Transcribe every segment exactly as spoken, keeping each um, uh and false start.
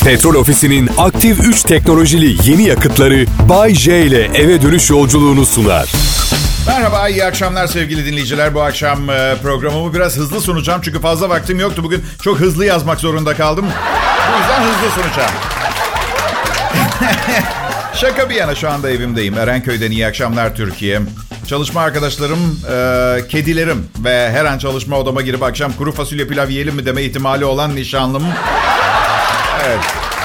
Petrol Ofisi'nin aktif üç teknolojili yeni yakıtları Bay J ile eve dönüş yolculuğunu sunar. Merhaba, iyi akşamlar sevgili dinleyiciler. Bu akşam e, programımı biraz hızlı sunacağım. Çünkü fazla vaktim yoktu. Bugün çok hızlı yazmak zorunda kaldım. Bu yüzden hızlı sunacağım. Şaka bir yana şu anda evimdeyim. Erenköy'den iyi akşamlar Türkiye. Çalışma arkadaşlarım, e, kedilerim ve her an çalışma odama girip akşam kuru fasulye pilav yiyelim mi deme ihtimali olan nişanlım. Evet.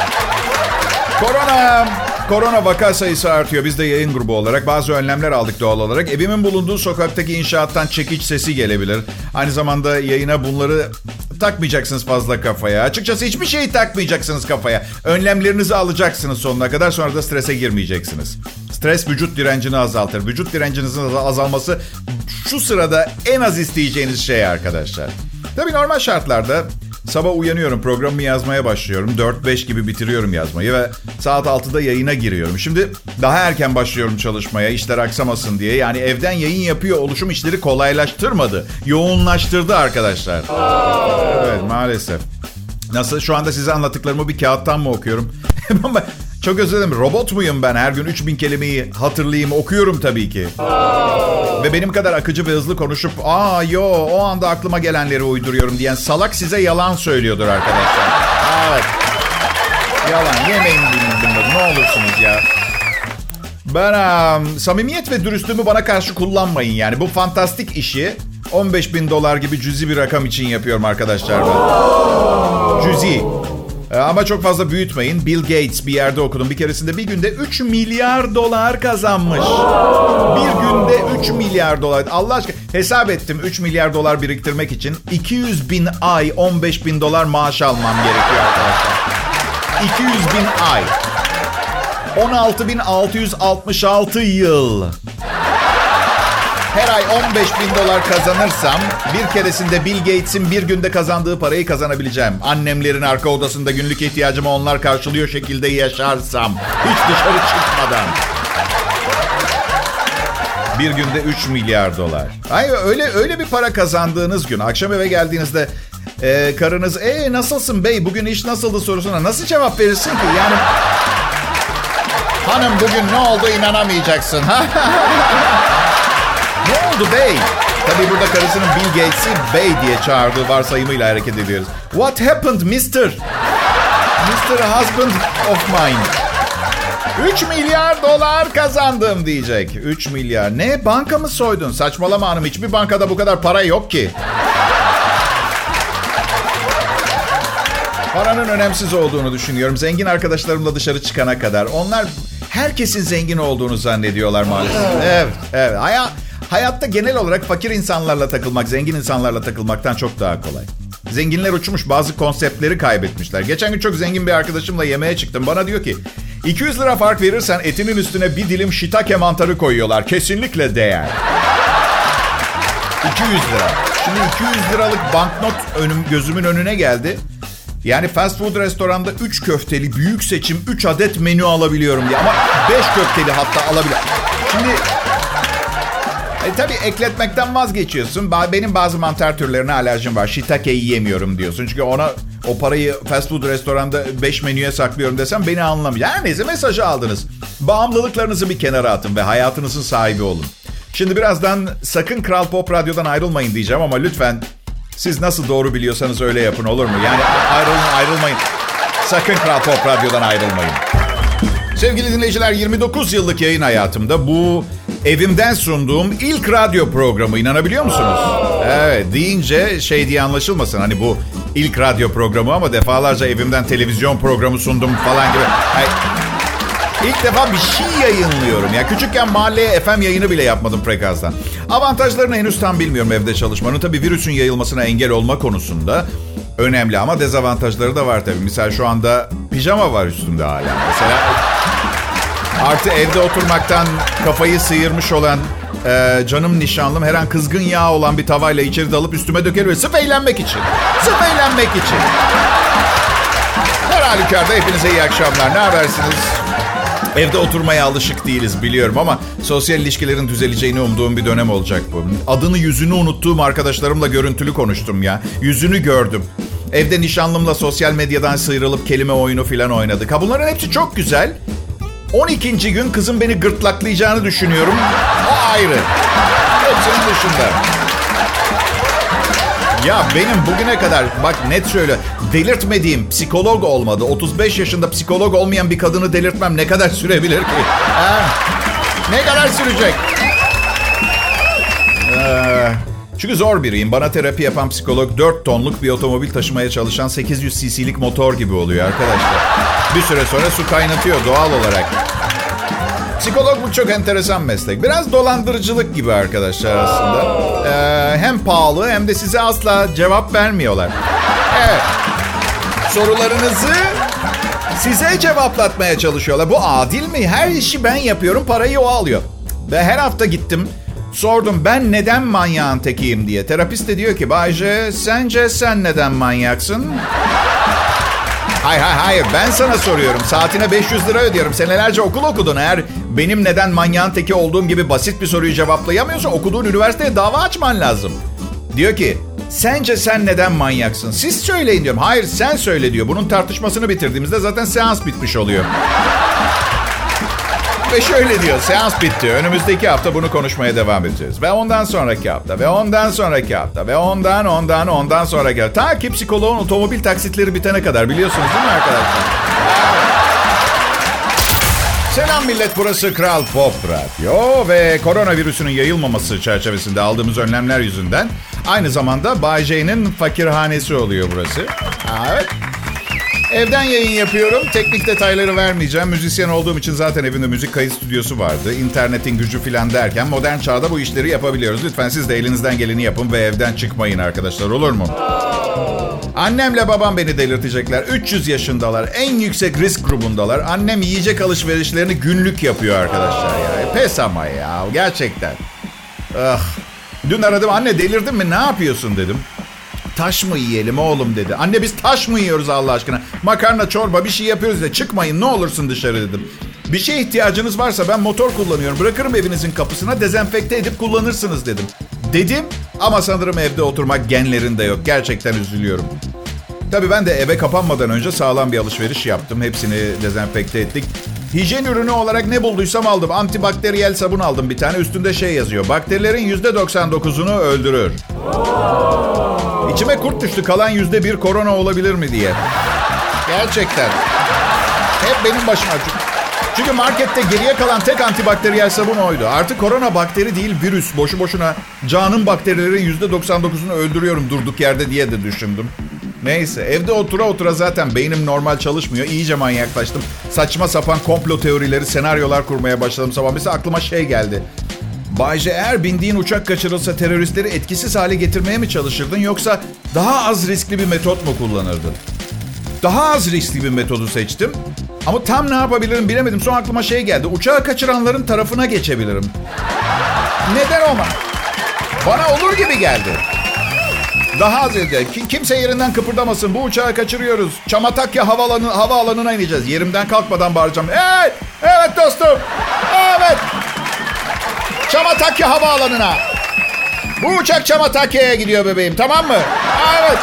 Korona, korona vaka sayısı artıyor. Biz de yayın grubu olarak bazı önlemler aldık doğal olarak. Evimin bulunduğu sokaktaki inşaattan çekiç sesi gelebilir. Aynı zamanda yayına bunları takmayacaksınız fazla kafaya. Açıkçası hiçbir şeyi takmayacaksınız kafaya. Önlemlerinizi alacaksınız sonuna kadar, sonra da strese girmeyeceksiniz. Stres vücut direncini azaltır. Vücut direncinizin azalması şu sırada en az isteyeceğiniz şey arkadaşlar. Tabii normal şartlarda sabah uyanıyorum, programımı yazmaya başlıyorum. dört beş gibi bitiriyorum yazmayı ve saat altıda yayına giriyorum. Şimdi daha erken başlıyorum çalışmaya, işler aksamasın diye. Yani evden yayın yapıyor oluşum işleri kolaylaştırmadı, yoğunlaştırdı arkadaşlar. Evet, maalesef. Nasıl? Şu anda size anlattıklarımı bir kağıttan mı okuyorum? Ama çok özür dilerim. Robot muyum ben? Her gün üç bin kelimeyi hatırlayayım, okuyorum tabii ki. Ve benim kadar akıcı ve hızlı konuşup aa yo o anda aklıma gelenleri uyduruyorum diyen salak size yalan söylüyordur arkadaşlar. Evet. Yalan. Yemeyin bunları. Ne olursunuz ya. Ben um, samimiyet ve dürüstlüğümü bana karşı kullanmayın yani. Bu fantastik işi on beş bin dolar gibi cüzi bir rakam için yapıyorum arkadaşlar ben. Cüzi. Ama çok fazla büyütmeyin. Bill Gates bir yerde okudum. Bir keresinde bir günde üç milyar dolar kazanmış. Bir günde üç milyar dolar. Allah aşkına hesap ettim, üç milyar dolar biriktirmek için iki yüz bin ay on beş bin dolar maaş almam gerekiyor arkadaşlar. iki yüz bin ay. on altı bin altı yüz altmış altı yıl. Her ay on beş bin dolar kazanırsam bir keresinde Bill Gates'in bir günde kazandığı parayı kazanabileceğim. Annemlerin arka odasında günlük ihtiyacımı onlar karşılıyor şekilde yaşarsam. Hiç dışarı çıkmadan. Bir günde üç milyar dolar. Ay öyle öyle bir para kazandığınız gün akşam eve geldiğinizde e, karınız "E nasılsın bey? Bugün iş nasıldı?" sorusuna nasıl cevap verirsin ki? Yani hanım bugün ne oldu inanamayacaksın. Ne oldu bey? Tabii burada karısının Bill Gates'i bey diye çağırdığı varsayımıyla hareket ediyoruz. What happened mister? mister Husband of mine. üç milyar dolar kazandım diyecek. üç milyar. Ne? Banka mı soydun? Saçmalama hanım. Hiçbir bankada bu kadar para yok ki. Paranın önemsiz olduğunu düşünüyorum. Zengin arkadaşlarımla dışarı çıkana kadar. Onlar herkesin zengin olduğunu zannediyorlar maalesef. Evet, evet. Hayat... Hayatta genel olarak fakir insanlarla takılmak, zengin insanlarla takılmaktan çok daha kolay. Zenginler uçmuş, bazı konseptleri kaybetmişler. Geçen gün çok zengin bir arkadaşımla yemeğe çıktım. Bana diyor ki, iki yüz lira fark verirsen etinin üstüne bir dilim shiitake mantarı koyuyorlar. Kesinlikle değer. iki yüz lira. Şimdi iki yüz liralık banknot önüm, gözümün önüne geldi. Yani fast food restoranda üç köfteli büyük seçim üç adet menü alabiliyorum diye. Ama beş köfteli hatta alabiliyorum. Şimdi... E tabii ekletmekten vazgeçiyorsun. Benim bazı mantar türlerine alerjim var. Shiitake yiyemiyorum diyorsun. Çünkü ona o parayı fast food restoranda beş menüye saklıyorum desem beni anlamıyor. Her neyse mesajı aldınız. Bağımlılıklarınızı bir kenara atın ve hayatınızın sahibi olun. Şimdi birazdan sakın Kral Pop Radyo'dan ayrılmayın diyeceğim ama lütfen siz nasıl doğru biliyorsanız öyle yapın, olur mu? Yani ayrılın, ayrılmayın. Sakın Kral Pop Radyo'dan ayrılmayın. Sevgili dinleyiciler, yirmi dokuz yıllık yayın hayatımda bu evimden sunduğum ilk radyo programı, inanabiliyor musunuz? Evet, deyince şey diye anlaşılmasın. Hani bu ilk radyo programı ama defalarca evimden televizyon programı sundum falan gibi. Yani ilk defa bir şey yayınlıyorum. Ya küçükken mahalleye F M yayını bile yapmadım Prekaz'dan. Avantajlarını henüz tam bilmiyorum evde çalışmanın. Tabii virüsün yayılmasına engel olma konusunda önemli ama dezavantajları da var tabii. Misal şu anda pijama var üstümde hala. Mesela artı evde oturmaktan kafayı sıyırmış olan e, canım nişanlım her an kızgın yağ olan bir tavayla içeri dalıp üstüme döker ve sırf eğlenmek için. Sırf eğlenmek için. Her halükarda hepinize iyi akşamlar. Ne habersiniz? Evde oturmaya alışık değiliz biliyorum ama sosyal ilişkilerin düzeleceğini umduğum bir dönem olacak bu. Adını yüzünü unuttuğum arkadaşlarımla görüntülü konuştum ya. Yüzünü gördüm. Evde nişanlımla sosyal medyadan sıyrılıp kelime oyunu falan oynadık. Ha, bunların hepsi çok güzel. on ikinci gün kızım beni gırtlaklayacağını düşünüyorum. O ayrı. Hepsinin dışında. Ya benim bugüne kadar bak net söyle delirtmediğim psikolog olmadı. otuz beş yaşında psikolog olmayan bir kadını delirtmem ne kadar sürebilir ki? Ha? Ne kadar sürecek? Ee, çünkü zor biriyim. Bana terapi yapan psikolog dört tonluk bir otomobil taşımaya çalışan sekiz yüz cc'lik motor gibi oluyor arkadaşlar. Bir süre sonra su kaynatıyor doğal olarak. Psikolog bu çok enteresan meslek. Biraz dolandırıcılık gibi arkadaşlar aslında. Ee, hem pahalı hem de size asla cevap vermiyorlar. Evet. Sorularınızı size cevaplatmaya çalışıyorlar. Bu adil mi? Her işi ben yapıyorum, parayı o alıyor. Ve her hafta gittim, sordum ben neden manyağın tekiyim diye. Terapist de diyor ki Bayce, sence sen neden manyaksın? Hayır hayır hayır ben sana soruyorum. Saatine beş yüz lira ödüyorum. Senelerce okul okudun. Eğer benim neden manyağın teki olduğum gibi basit bir soruyu cevaplayamıyorsan okuduğun üniversiteye dava açman lazım. Diyor ki sence sen neden manyaksın? Siz söyleyin diyorum. Hayır sen söyle diyor. Bunun tartışmasını bitirdiğimizde zaten seans bitmiş oluyor. Ve şöyle diyor, seans bitti. Önümüzdeki hafta bunu konuşmaya devam edeceğiz. Ve ondan sonraki hafta, ve ondan sonraki hafta, ve ondan, ondan, ondan sonraki hafta. Ta ki psikoloğun otomobil taksitleri bitene kadar. Biliyorsunuz değil mi arkadaşlar? Selam millet, burası Kral Pop Radyo. Ve koronavirüsünün yayılmaması çerçevesinde aldığımız önlemler yüzünden aynı zamanda Bay J'nin fakirhanesi oluyor burası. Evet. Evden yayın yapıyorum. Teknik detayları vermeyeceğim. Müzisyen olduğum için zaten evimde müzik kayıt stüdyosu vardı. İnternetin gücü filan derken modern çağda bu işleri yapabiliyoruz. Lütfen siz de elinizden geleni yapın ve evden çıkmayın arkadaşlar, olur mu? Annemle babam beni delirtecekler. üç yüz yaşındalar. En yüksek risk grubundalar. Annem yiyecek alışverişlerini günlük yapıyor arkadaşlar ya. Pes ama ya gerçekten. Ah. Dün aradım, anne delirdin mi, ne yapıyorsun dedim. Taş mı yiyelim oğlum dedi. Anne biz taş mı yiyoruz Allah aşkına? Makarna, çorba bir şey yapıyoruz da çıkmayın ne olursun dışarı dedim. Bir şeye ihtiyacınız varsa ben motor kullanıyorum. Bırakırım evinizin kapısına, dezenfekte edip kullanırsınız dedim. Dedim ama sanırım evde oturmak genlerinde yok. Gerçekten üzülüyorum. Tabii ben de eve kapanmadan önce sağlam bir alışveriş yaptım. Hepsini dezenfekte ettik. Hijyen ürünü olarak ne bulduysam aldım. Antibakteriyel sabun aldım bir tane. Üstünde şey yazıyor. Bakterilerin yüzde doksan dokuzunu öldürür. İçime kurt düştü, kalan yüzde bir korona olabilir mi diye. Gerçekten. Hep benim başıma. Çünkü markette geriye kalan tek antibakteriyel sabun oydu. Artık korona bakteri değil virüs. Boşu boşuna canım bakterilerin yüzde doksan dokuzunu öldürüyorum durduk yerde diye de düşündüm. Neyse evde otura otura zaten beynim normal çalışmıyor. İyice manyaklaştım. Saçma sapan komplo teorileri, senaryolar kurmaya başladım sabah. Mesela aklıma şey geldi. Bayce, eğer bindiğin uçak kaçırılsa teröristleri etkisiz hale getirmeye mi çalışırdın yoksa daha az riskli bir metot mu kullanırdın? Daha az riskli bir metodu seçtim. Ama tam ne yapabilirim bilemedim. Sonra aklıma şey geldi. Uçağı kaçıranların tarafına geçebilirim. Neden olmaz? Bana olur gibi geldi. Daha az edeceğiz. Kimse yerinden kıpırdamasın. Bu uçağı kaçırıyoruz. Çamatakya havaalanı, havaalanına ineceğiz. Yerimden kalkmadan bağıracağım. Evet, evet dostum. Evet. Çamatakya havaalanına. Bu uçak Çamatakya'ya gidiyor bebeğim, tamam mı? Evet.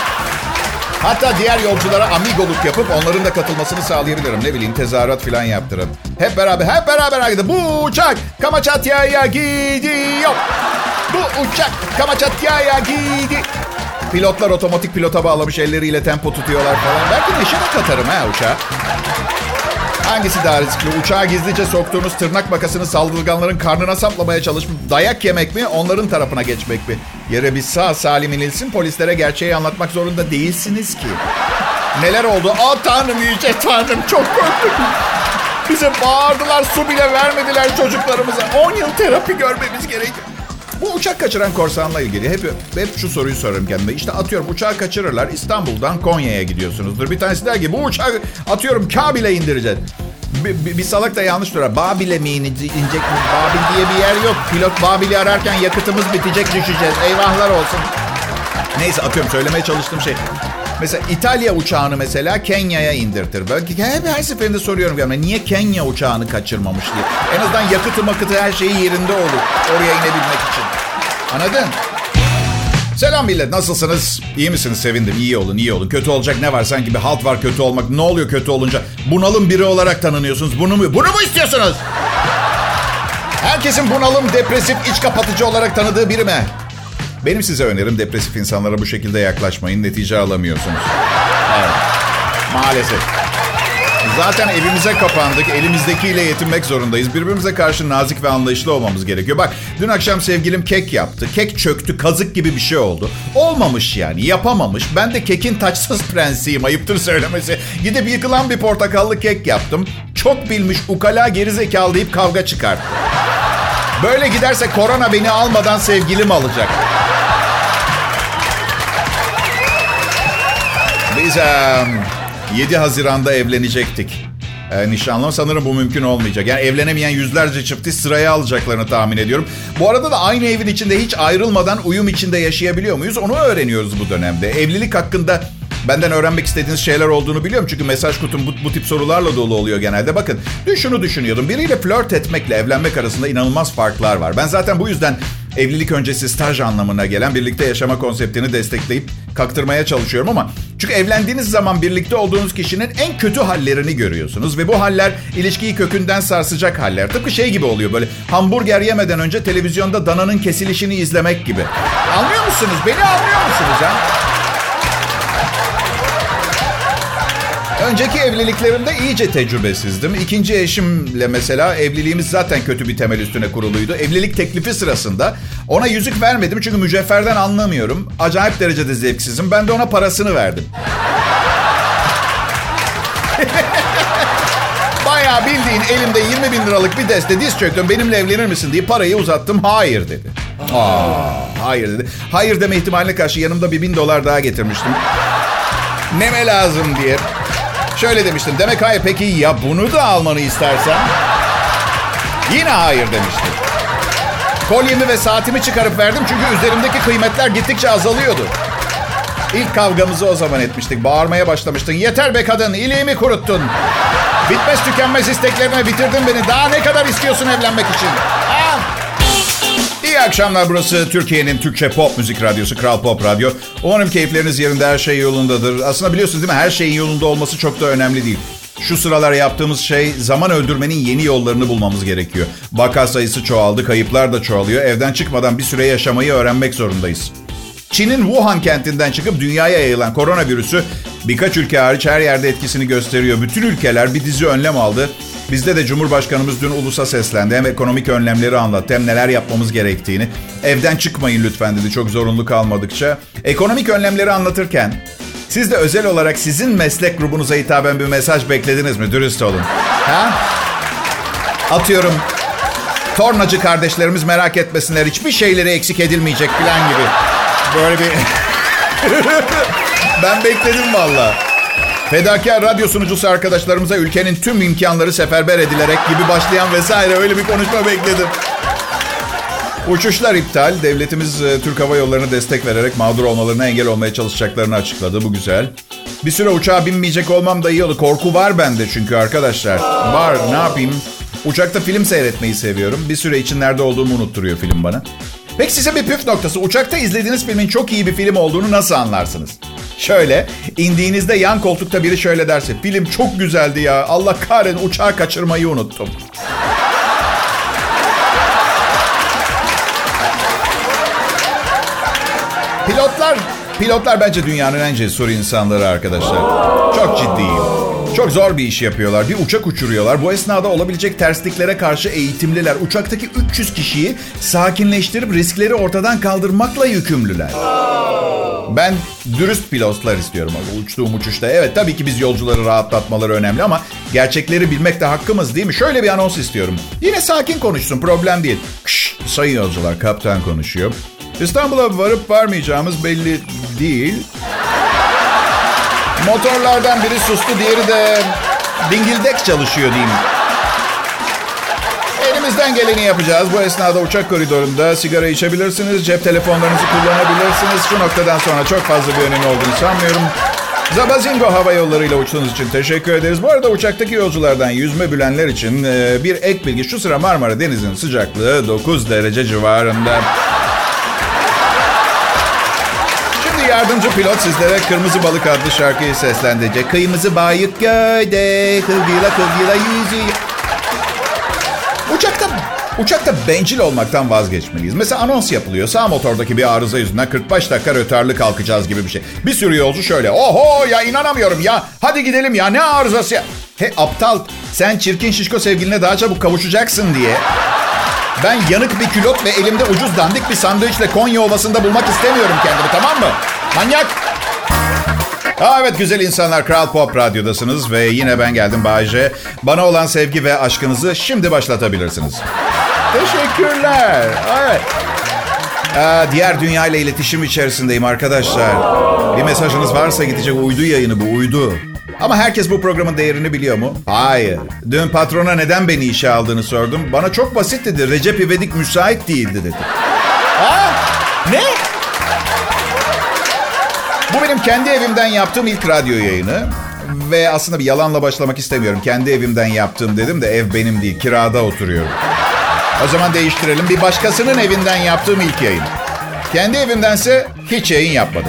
Hatta diğer yolculara amigoluk yapıp onların da katılmasını sağlayabilirim. Ne bileyim tezahürat falan yaptırırım. Hep beraber, hep beraber gidelim. Bu uçak Kamçatya'ya gidiyor. Bu uçak Kamçatya'ya gidiyor. Pilotlar otomatik pilota bağlamış, elleriyle tempo tutuyorlar falan. Belki neşe de katarım ha uçağa. Hangisi daha riskli? Uçağa gizlice soktuğunuz tırnak makasını saldırganların karnına saplamaya çalışıp dayak yemek mi? Onların tarafına geçmek mi? Yere bir sağ salim inilsin, polislere gerçeği anlatmak zorunda değilsiniz ki. Neler oldu? Aa tanrım, yüce tanrım, çok korktum. Bize bağırdılar, su bile vermediler çocuklarımıza. on yıl terapi görmemiz gerekiyor. Bu uçak kaçıran korsanla ilgili hep, hep şu soruyu sorarım kendime. İşte atıyorum uçağı kaçırırlar, İstanbul'dan Konya'ya gidiyorsunuzdur. Bir tanesi der ki bu uçağı atıyorum Kabil'e indireceğiz. Bir, bir, bir salak da yanlış durar. Babil'e mi inecek? Babil diye bir yer yok. Pilot Babil'i ararken yakıtımız bitecek, düşeceğiz. Eyvahlar olsun. Neyse atıyorum söylemeye çalıştığım şey. Mesela İtalya uçağını mesela Kenya'ya indirtir. Böyle hep her seferinde soruyorum yani niye Kenya uçağını kaçırmamış diye. En azından yakıtı makıtı her şeyi yerinde olur. Oraya inebilmek için. Anladın? Selam millet, nasılsınız? İyi misiniz? Sevindim. İyi olun, iyi olun. Kötü olacak ne var? Sanki bir halt var kötü olmak. Ne oluyor kötü olunca? Bunalım biri olarak tanınıyorsunuz. Bunu mu, bunu mu istiyorsunuz? Herkesin bunalım, depresif, iç kapatıcı olarak tanıdığı biri mi? Benim size önerim, depresif insanlara bu şekilde yaklaşmayın. Netice alamıyorsunuz. Evet. Maalesef. Zaten evimize kapandık. Elimizdekiyle yetinmek zorundayız. Birbirimize karşı nazik ve anlayışlı olmamız gerekiyor. Bak, dün akşam sevgilim kek yaptı. Kek çöktü, kazık gibi bir şey oldu. Olmamış yani, yapamamış. Ben de kekin taçsız prensiyim, ayıptır söylemesi. Gidip yıkılan bir portakallı kek yaptım. Çok bilmiş, ukala gerizekalı deyip kavga çıkarttı. Böyle giderse korona beni almadan sevgilim alacak. Biz um, yedi Haziran'da evlenecektik. Ee, nişanlım sanırım bu mümkün olmayacak. Yani evlenemeyen yüzlerce çifti sıraya alacaklarını tahmin ediyorum. Bu arada da aynı evin içinde hiç ayrılmadan uyum içinde yaşayabiliyor muyuz? Onu öğreniyoruz bu dönemde. Evlilik hakkında benden öğrenmek istediğiniz şeyler olduğunu biliyorum. Çünkü mesaj kutum bu, bu tip sorularla dolu oluyor genelde. Bakın, dün şunu düşünüyordum. Biriyle flört etmekle evlenmek arasında inanılmaz farklar var. Ben zaten bu yüzden evlilik öncesi staj anlamına gelen birlikte yaşama konseptini destekleyip kaktırmaya çalışıyorum ama çünkü evlendiğiniz zaman birlikte olduğunuz kişinin en kötü hallerini görüyorsunuz ve bu haller ilişkiyi kökünden sarsacak haller. Tıpkı şey gibi oluyor, böyle hamburger yemeden önce televizyonda dananın kesilişini izlemek gibi. Anlıyor musunuz? Beni anlıyor musunuz ha? Önceki evliliklerimde iyice tecrübesizdim. İkinci eşimle mesela evliliğimiz zaten kötü bir temel üstüne kuruluydu. Evlilik teklifi sırasında ona yüzük vermedim çünkü mücevherden anlamıyorum. Acayip derecede zevksizim. Ben de ona parasını verdim. Bayağı bildiğin elimde yirmi bin liralık bir deste diz çöktüm. Benimle evlenir misin diye parayı uzattım. Hayır dedi. Aa, hayır dedi. Hayır deme ihtimaline karşı yanımda bir bin dolar daha getirmiştim. Neme lazım diye. Şöyle demiştim. Demek hayır, peki ya bunu da almanı istersen? Yine hayır demiştim. Kolyemi ve saatimi çıkarıp verdim çünkü üzerimdeki kıymetler gittikçe azalıyordu. İlk kavgamızı o zaman etmiştik. Bağırmaya başlamıştın. Yeter be kadın, iliğimi kuruttun. Bitmez tükenmez isteklerine bitirdin beni. Daha ne kadar istiyorsun evlenmek için? Ha? İyi akşamlar, burası Türkiye'nin Türkçe pop müzik radyosu Kral Pop Radyo. Umarım keyifleriniz yerinde, her şey yolundadır. Aslında biliyorsunuz değil mi, her şeyin yolunda olması çok da önemli değil. Şu sıralar yaptığımız şey, zaman öldürmenin yeni yollarını bulmamız gerekiyor. Vaka sayısı çoğaldı, kayıplar da çoğalıyor. Evden çıkmadan bir süre yaşamayı öğrenmek zorundayız. Çin'in Wuhan kentinden çıkıp dünyaya yayılan koronavirüsü birkaç ülke hariç her yerde etkisini gösteriyor. Bütün ülkeler bir dizi önlem aldı. Bizde de Cumhurbaşkanımız dün ulusa seslendi. Hem ekonomik önlemleri anlattı hem neler yapmamız gerektiğini. Evden çıkmayın lütfen dedi, çok zorunlu kalmadıkça. Ekonomik önlemleri anlatırken siz de özel olarak sizin meslek grubunuza hitaben bir mesaj beklediniz mi? Dürüst olun. Ha? Atıyorum, tornacı kardeşlerimiz merak etmesinler, hiçbir şeyleri eksik edilmeyecek falan gibi. Böyle bir... Ben bekledim valla. Fedakar radyo sunucusu arkadaşlarımıza ülkenin tüm imkanları seferber edilerek gibi başlayan vesaire öyle bir konuşma bekledim. Uçuşlar iptal. Devletimiz Türk Hava Yolları'na destek vererek mağdur olmalarına engel olmaya çalışacaklarını açıkladı. Bu güzel. Bir süre uçağa binmeyecek olmam da iyi oldu. Korku var bende çünkü arkadaşlar. Var, ne yapayım? Uçakta film seyretmeyi seviyorum. Bir süre için nerede olduğumu unutturuyor film bana. Peki size bir püf noktası. Uçakta izlediğiniz filmin çok iyi bir film olduğunu nasıl anlarsınız? Şöyle, indiğinizde yan koltukta biri şöyle derse: film çok güzeldi ya, Allah kahretsin uçağı kaçırmayı unuttum. Pilotlar, pilotlar bence dünyanın en cesur insanları arkadaşlar. Çok ciddiyim. Çok zor bir iş yapıyorlar. Bir uçak uçuruyorlar. Bu esnada olabilecek tersliklere karşı eğitimliler. Uçaktaki üç yüz kişiyi sakinleştirip riskleri ortadan kaldırmakla yükümlüler. Ben dürüst pilotlar istiyorum uçtuğum uçuşta. Evet, tabii ki biz yolcuları rahatlatmaları önemli ama gerçekleri bilmek de hakkımız değil mi? Şöyle bir anons istiyorum. Yine sakin konuşsun, problem değil. Kış, sayın yolcular, kaptan konuşuyor. İstanbul'a varıp varmayacağımız belli değil. Motorlardan biri sustu, diğeri de dingildek çalışıyor diyeyim. Elimizden geleni yapacağız. Bu esnada uçak koridorunda sigara içebilirsiniz, cep telefonlarınızı kullanabilirsiniz. Şu noktadan sonra çok fazla bir önemi olduğunu sanmıyorum. Zabazingo Hava Yolları ile uçtuğunuz için teşekkür ederiz. Bu arada uçaktaki yolculardan yüzme bilenler için bir ek bilgi. Şu sıra Marmara Denizi'nin sıcaklığı dokuz derece civarında. yardımcı pilot sizlere Kırmızı Balık adlı şarkıyı seslendirecek. Kırmızı balık gölde, kıvıla kıvıla yüzüyor. Uçakta, uçakta bencil olmaktan vazgeçmeliyiz. Mesela anons yapılıyor. Sağ motordaki bir arıza yüzünden kırk beş dakika rötarlı kalkacağız gibi bir şey. Bir sürü yolcu şöyle. Oho ya, inanamıyorum ya. Hadi gidelim ya, ne arızası ya. He aptal, sen çirkin şişko sevgiline daha çabuk kavuşacaksın diye ben yanık bir külot ve elimde ucuz dandik bir sandviçle Konya Ovası'nda bulmak istemiyorum kendimi, tamam mı? Manyak. Aa, evet güzel insanlar, Kral Pop Radyo'dasınız ve yine ben geldim Bay J. Bana olan sevgi ve aşkınızı şimdi başlatabilirsiniz. Teşekkürler. Evet. Aa, diğer dünya ile iletişim içerisindeyim arkadaşlar. Bir mesajınız varsa gidecek, uydu yayını bu, uydu. Ama herkes bu programın değerini biliyor mu? Hayır. Dün patrona neden beni işe aldığını sordum. Bana çok basit dedi. Recep İvedik müsait değildi dedi. Aa, ne? Bu benim kendi evimden yaptığım ilk radyo yayını. Ve aslında bir yalanla başlamak istemiyorum. Kendi evimden yaptığım dedim de ev benim değil. Kirada oturuyorum. O zaman değiştirelim. Bir başkasının evinden yaptığım ilk yayın. Kendi evimdense hiç yayın yapmadım.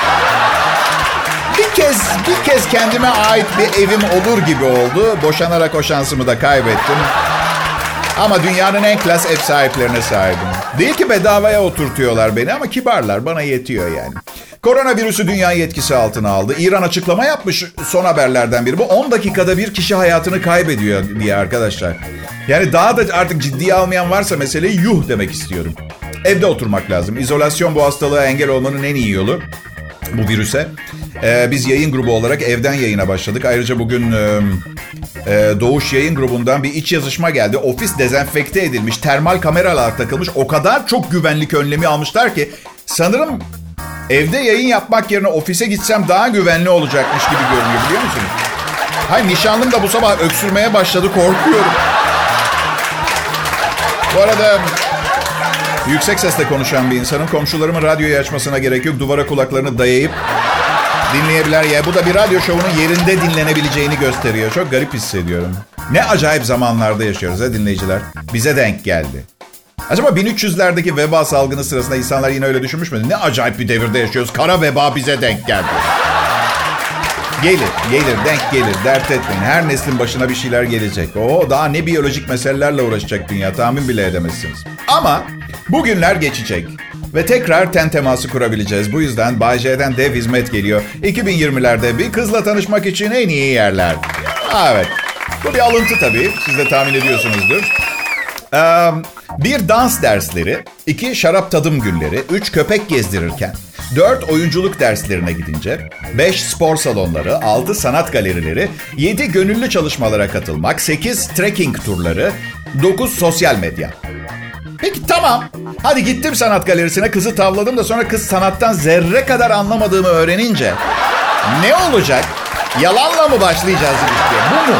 Bir kez, bir kez kendime ait bir evim olur gibi oldu. Boşanarak o şansımı da kaybettim. Ama dünyanın en klas ev sahiplerine sahibim. Değil ki bedavaya oturtuyorlar beni ama kibarlar, bana yetiyor yani. Koronavirüsü dünyayı etkisi altına aldı. İran açıklama yapmış, son haberlerden biri bu. on dakikada bir kişi hayatını kaybediyor diye arkadaşlar. Yani daha da artık ciddiye almayan varsa meseleyi yuh demek istiyorum. Evde oturmak lazım. İzolasyon bu hastalığa engel olmanın en iyi yolu. Bu virüse. Ee, biz yayın grubu olarak evden yayına başladık. Ayrıca bugün e, e, Doğuş Yayın Grubu'ndan bir iç yazışma geldi. Ofis dezenfekte edilmiş, termal kameralar takılmış. O kadar çok güvenlik önlemi almışlar ki sanırım evde yayın yapmak yerine ofise gitsem daha güvenli olacakmış gibi görünüyor, biliyor musunuz? Hayır, nişanlım da bu sabah öksürmeye başladı, korkuyorum. Bu arada yüksek sesle konuşan bir insanın komşularımın radyoyu açmasına gerek yok. Duvara kulaklarını dayayıp dinleyebilir ya. Bu da bir radyo şovunun yerinde dinlenebileceğini gösteriyor. Çok garip hissediyorum. Ne acayip zamanlarda yaşıyoruz ha dinleyiciler. Bize denk geldi. Acaba bin üç yüzlerdeki veba salgını sırasında insanlar yine öyle düşünmüş müydü? Ne acayip bir devirde yaşıyoruz. Kara veba bize denk geldi. Gelir, gelir, denk gelir. Dert etmeyin. Her neslin başına bir şeyler gelecek. Oo, daha ne biyolojik meselelerle uğraşacak dünya. Tahmin bile edemezsiniz. Ama bu günler geçecek. Ve tekrar ten teması kurabileceğiz. Bu yüzden Bay J'den dev hizmet geliyor. iki bin yirmilerde bir kızla tanışmak için en iyi yerler. Evet. Bu bir alıntı tabii. Siz de tahmin ediyorsunuzdur. Ee, bir dans dersleri, iki şarap tadım günleri, üç köpek gezdirirken, dört oyunculuk derslerine gidince, beş spor salonları, altı sanat galerileri, yedi gönüllü çalışmalara katılmak, sekiz trekking turları, dokuz sosyal medya. Peki tamam. Hadi gittim sanat galerisine, kızı tavladım da sonra kız sanattan zerre kadar anlamadığımı öğrenince ne olacak? Yalanla mı başlayacağız ilişkiye? Bu mu?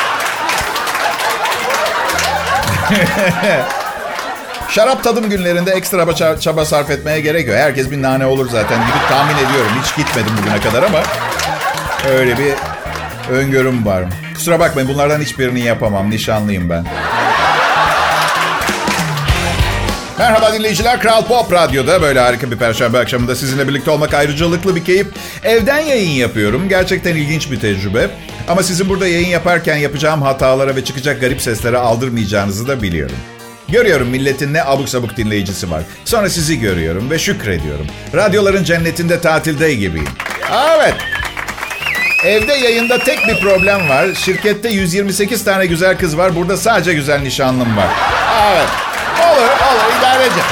Şarap tadım günlerinde ekstra çaba sarf etmeye gerek yok. Herkes bir nane olur zaten gibi tahmin ediyorum. Hiç gitmedim bugüne kadar ama öyle bir öngörüm var. Kusura bakmayın, bunlardan hiçbirini yapamam. Nişanlıyım ben. Merhaba dinleyiciler, Kral Pop Radyo'da böyle harika bir perşembe akşamında sizinle birlikte olmak ayrıcalıklı bir keyif. Evden yayın yapıyorum. Gerçekten ilginç bir tecrübe. Ama sizin burada yayın yaparken yapacağım hatalara ve çıkacak garip seslere aldırmayacağınızı da biliyorum. Görüyorum milletin ne abuk sabuk dinleyicisi var. Sonra sizi görüyorum ve şükrediyorum. Radyoların cennetinde tatilde gibiyim. Evet. Evde yayında tek bir problem var. Şirkette yüz yirmi sekiz tane güzel kız var. Burada sadece güzel nişanlım var. Evet. Olur, olur. İdare edeceğim.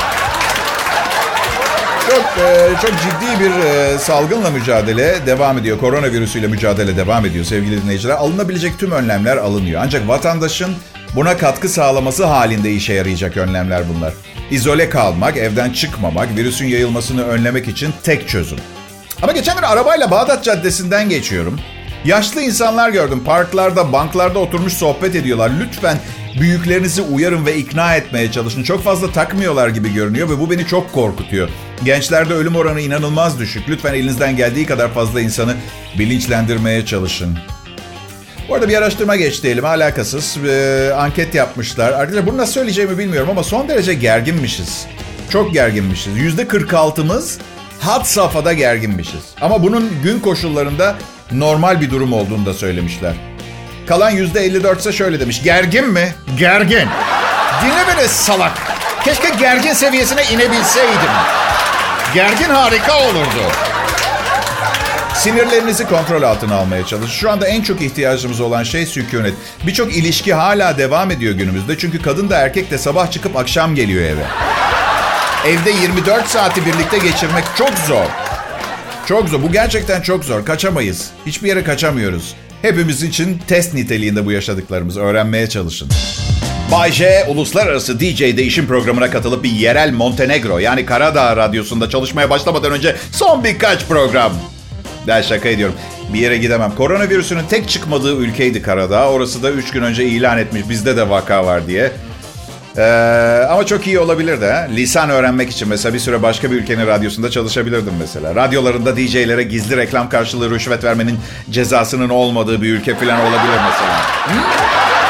Çok, e, çok ciddi bir e, salgınla mücadele devam ediyor. Koronavirüsüyle mücadele devam ediyor sevgili dinleyiciler. Alınabilecek tüm önlemler alınıyor. Ancak vatandaşın buna katkı sağlaması halinde işe yarayacak önlemler bunlar. İzole kalmak, evden çıkmamak, virüsün yayılmasını önlemek için tek çözüm. Ama geçen gün arabayla Bağdat Caddesi'nden geçiyorum. Yaşlı insanlar gördüm. Parklarda, banklarda oturmuş sohbet ediyorlar. Lütfen büyüklerinizi uyarın ve ikna etmeye çalışın. Çok fazla takmıyorlar gibi görünüyor ve bu beni çok korkutuyor. Gençlerde ölüm oranı inanılmaz düşük. Lütfen elinizden geldiği kadar fazla insanı bilinçlendirmeye çalışın. Bu arada bir araştırma geçti elime, alakasız. Ee, anket yapmışlar. Arkadaşlar bunu nasıl söyleyeceğimi bilmiyorum ama son derece gerginmişiz. Çok gerginmişiz. yüzde kırk altımız had safhada gerginmişiz. Ama bunun gün koşullarında normal bir durum olduğunu da söylemişler. Kalan yüzde elli dört ise şöyle demiş. Gergin mi? Gergin. Dinle beni salak. Keşke gergin seviyesine inebilseydim. Gergin harika olurdu. Sinirlerinizi kontrol altına almaya çalışın. Şu anda en çok ihtiyacımız olan şey sükunet. Birçok ilişki hala devam ediyor günümüzde. Çünkü kadın da erkek de sabah çıkıp akşam geliyor eve. Evde yirmi dört saati birlikte geçirmek çok zor. Çok zor. Bu gerçekten çok zor. Kaçamayız. Hiçbir yere kaçamıyoruz. Hepimiz için test niteliğinde bu yaşadıklarımız. Öğrenmeye çalışın. Bay J, uluslararası D J değişim programına katılıp bir yerel Montenegro yani Karadağ Radyosu'nda çalışmaya başlamadan önce son birkaç program. Ben şaka ediyorum. Bir yere gidemem. Koronavirüsünün tek çıkmadığı ülkeydi Karadağ. Orası da üç gün önce ilan etmiş. Bizde de vaka var diye. Ee, ama çok iyi olabilirdi. Ha? Lisan öğrenmek için mesela bir süre başka bir ülkenin radyosunda çalışabilirdim mesela. Radyolarında D J'lere gizli reklam karşılığı rüşvet vermenin cezasının olmadığı bir ülke falan olabilir mesela. Hı?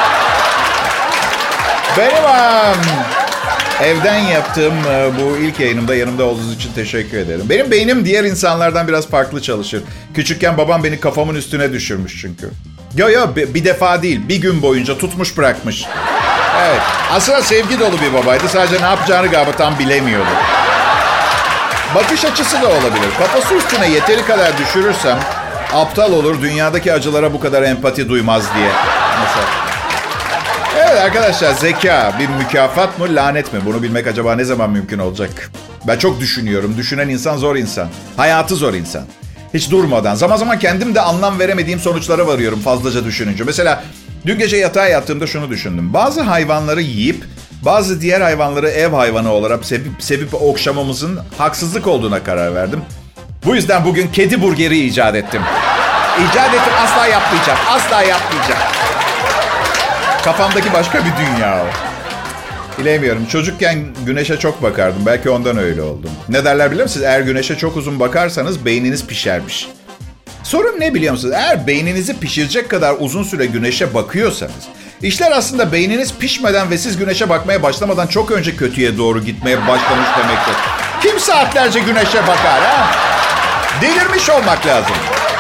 Benim um, evden yaptığım bu ilk yayınımda yanımda olduğunuz için teşekkür ederim. Benim beynim diğer insanlardan biraz farklı çalışır. Küçükken babam beni kafamın üstüne düşürmüş çünkü. Yo yo bir defa değil, bir gün boyunca tutmuş bırakmış. Evet, aslında sevgi dolu bir babaydı. Sadece ne yapacağını galiba tam bilemiyordu. Bakış açısı da olabilir. Kafası üstüne yeteri kadar düşürürsem aptal olur, dünyadaki acılara bu kadar empati duymaz diye. Mesela. Evet arkadaşlar, zeka bir mükafat mı lanet mi? Bunu bilmek acaba ne zaman mümkün olacak? Ben çok düşünüyorum. Düşünen insan zor insan. Hayatı zor insan. Hiç durmadan. Zaman zaman kendim de anlam veremediğim sonuçlara varıyorum fazlaca düşününce. Mesela dün gece yatağa yattığımda şunu düşündüm. Bazı hayvanları yiyip bazı diğer hayvanları ev hayvanı olarak sevip, sevip okşamamızın haksızlık olduğuna karar verdim. Bu yüzden bugün kedi burgeri icat ettim. İcat ettim, asla yapmayacağım. Asla yapmayacağım. Kafamdaki başka bir dünya o. Bilemiyorum. Çocukken güneşe çok bakardım. Belki ondan öyle oldum. Ne derler biliyor musunuz? Eğer güneşe çok uzun bakarsanız beyniniz pişermiş. Sorun ne biliyor musunuz? Eğer beyninizi pişirecek kadar uzun süre güneşe bakıyorsanız, işler aslında beyniniz pişmeden ve siz güneşe bakmaya başlamadan çok önce kötüye doğru gitmeye başlamış demektir. Kim saatlerce güneşe bakar ha? Delirmiş olmak lazım.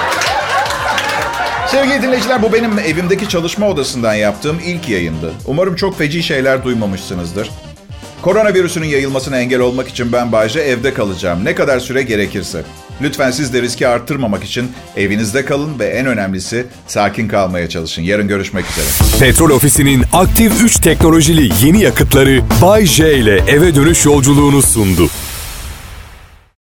Sevgili dinleyiciler, bu benim evimdeki çalışma odasından yaptığım ilk yayındı. Umarım çok feci şeyler duymamışsınızdır. Koronavirüsünün yayılmasına engel olmak için ben Bay J evde kalacağım. Ne kadar süre gerekirse. Lütfen siz de riski arttırmamak için evinizde kalın ve en önemlisi sakin kalmaya çalışın. Yarın görüşmek üzere. Petrol Ofisi'nin aktif üç teknolojili yeni yakıtları Bay J ile eve dönüş yolculuğunu sundu.